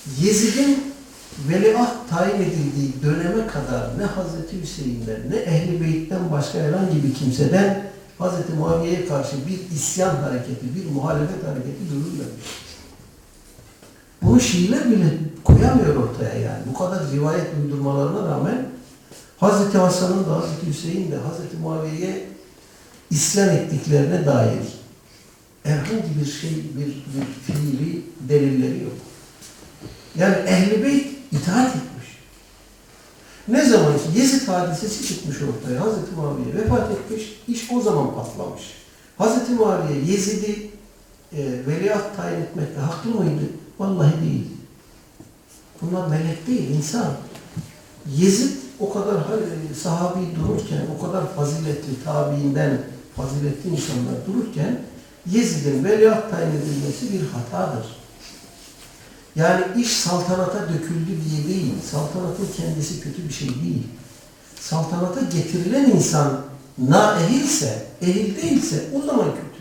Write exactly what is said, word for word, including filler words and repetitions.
Yezid'in veliaht tayin edildiği döneme kadar ne Hazreti Hüseyin'den ne Ehl-i Beyt'ten başka herhangi bir kimseden Hazreti Muaviye'ye karşı bir isyan hareketi, bir muhalefet hareketi görülmemiş. Bunu Şiiler bile koyamıyor ortaya yani. Bu kadar rivayet uydurmalarına rağmen Hazreti Hasan'ın da Hazreti Hüseyin de Hazreti Muaviye'ye isyan ettiklerine dair herhangi bir şey, bir, bir fiili delilleri yok. Yani Ehl-i Beyt itaat etmiş. Ne zaman ki Yezid hadisesi çıkmış ortaya, Hazreti Muaviye vefat etmiş, iş o zaman patlamış. Hazreti Muaviye Yezid'i e, veliaht tayin etmekle haklı mıydı? Vallahi değil. Bunlar melek değil, insan. Yezid o kadar sahabi dururken, o kadar faziletli tabiinden faziletli insanlar dururken Yezid'in veliaht tayin edilmesi bir hatadır. Yani iş saltanata döküldü diye değil, saltanatın kendisi kötü bir şey değil. Saltanata getirilen insan naehilse, ehil değilse o zaman kötü.